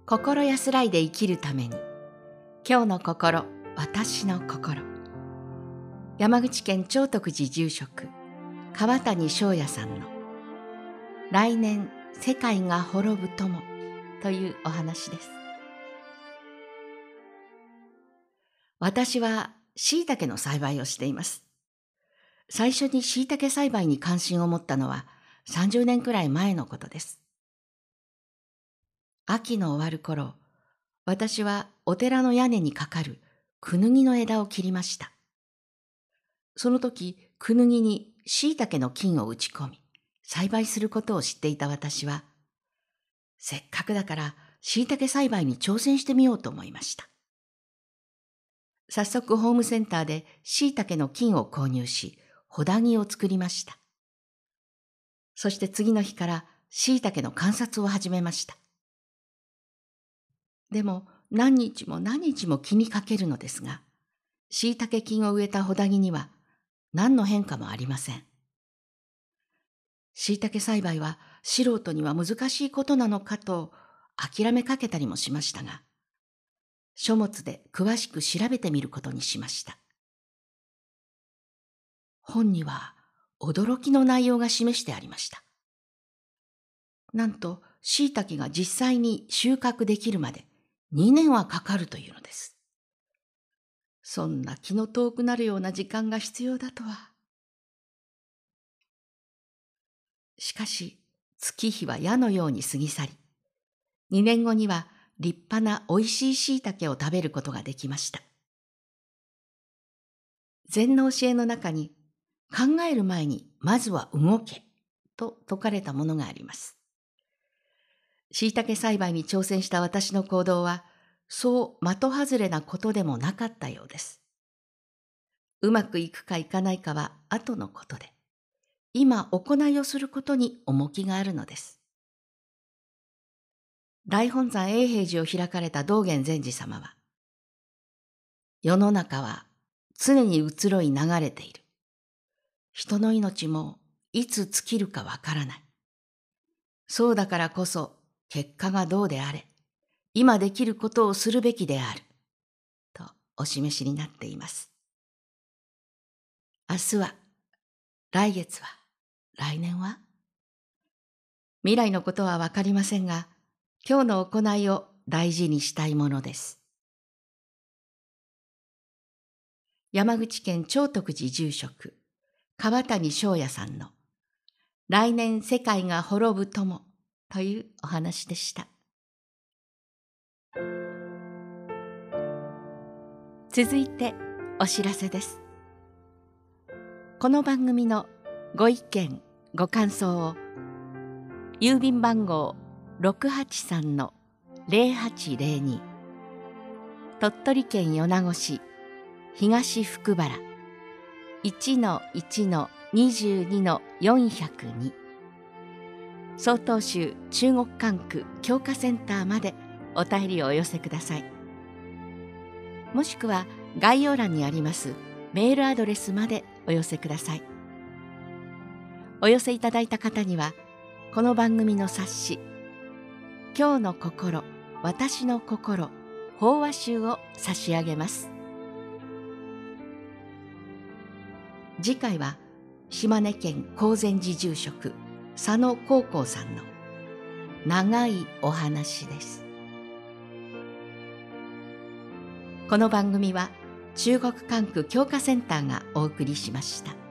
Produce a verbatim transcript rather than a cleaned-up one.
心安らいで生きるために、今日の心、私の心。山口県長徳寺住職川谷翔也さんの来年世界が滅ぶともというお話です。私は椎茸の栽培をしています。最初に椎茸栽培に関心を持ったのはさんじゅうねんくらい前のことです。秋の終わる頃、私はお寺の屋根にかかるクヌギの枝を切りました。その時、クヌギに椎茸の菌を打ち込み、栽培することを知っていた私は、せっかくだから椎茸栽培に挑戦してみようと思いました。早速ホームセンターで椎茸の菌を購入し、ホダギを作りました。そして次の日から椎茸の観察を始めました。でも何日も何日も気にかけるのですが、椎茸菌を植えたホダギには何の変化もありません。椎茸栽培は素人には難しいことなのかと諦めかけたりもしましたが、書物で詳しく調べてみることにしました。本には驚きの内容が示してありました。なんと椎茸が実際に収穫できるまでにねんはかかるというのです。そんな気の遠くなるような時間が必要だとは。しかし月日は矢のように過ぎ去り、にねんごには立派なおいしい椎茸を食べることができました。禅の教えの中に、考える前にまずは動けと説かれたものがあります。椎茸栽培に挑戦した私の行動は、そう的外れなことでもなかったようです。うまくいくかいかないかは後のことで、今行いをすることに重きがあるのです。大本山永平寺を開かれた道元禅師様は、世の中は常に移ろい流れている。人の命もいつ尽きるかわからない。そうだからこそ結果がどうであれ、今できることをするべきである。とお示しになっています。明日は、来月は、来年は？未来のことはわかりませんが、今日の行いを大事にしたいものです。山口県長徳寺住職川谷翔也さんの来年世界が滅ぶともというお話でした。続いてお知らせです。この番組のご意見ご感想を郵便番号 ろくはちさんのぜろはちぜろに 鳥取県米子市東福原 いちのいちのにじゅうにのよんひゃくに 曹洞宗中国管区教化センターまでお便りをお寄せください。もしくは概要欄にありますメールアドレスまでお寄せください。お寄せいただいた方にはこの番組の冊子「今日の心私の心法話集」を差し上げます。次回は島根県高禅寺住職佐野高校さんの長いお話です。この番組は中国管区教化センターがお送りしました。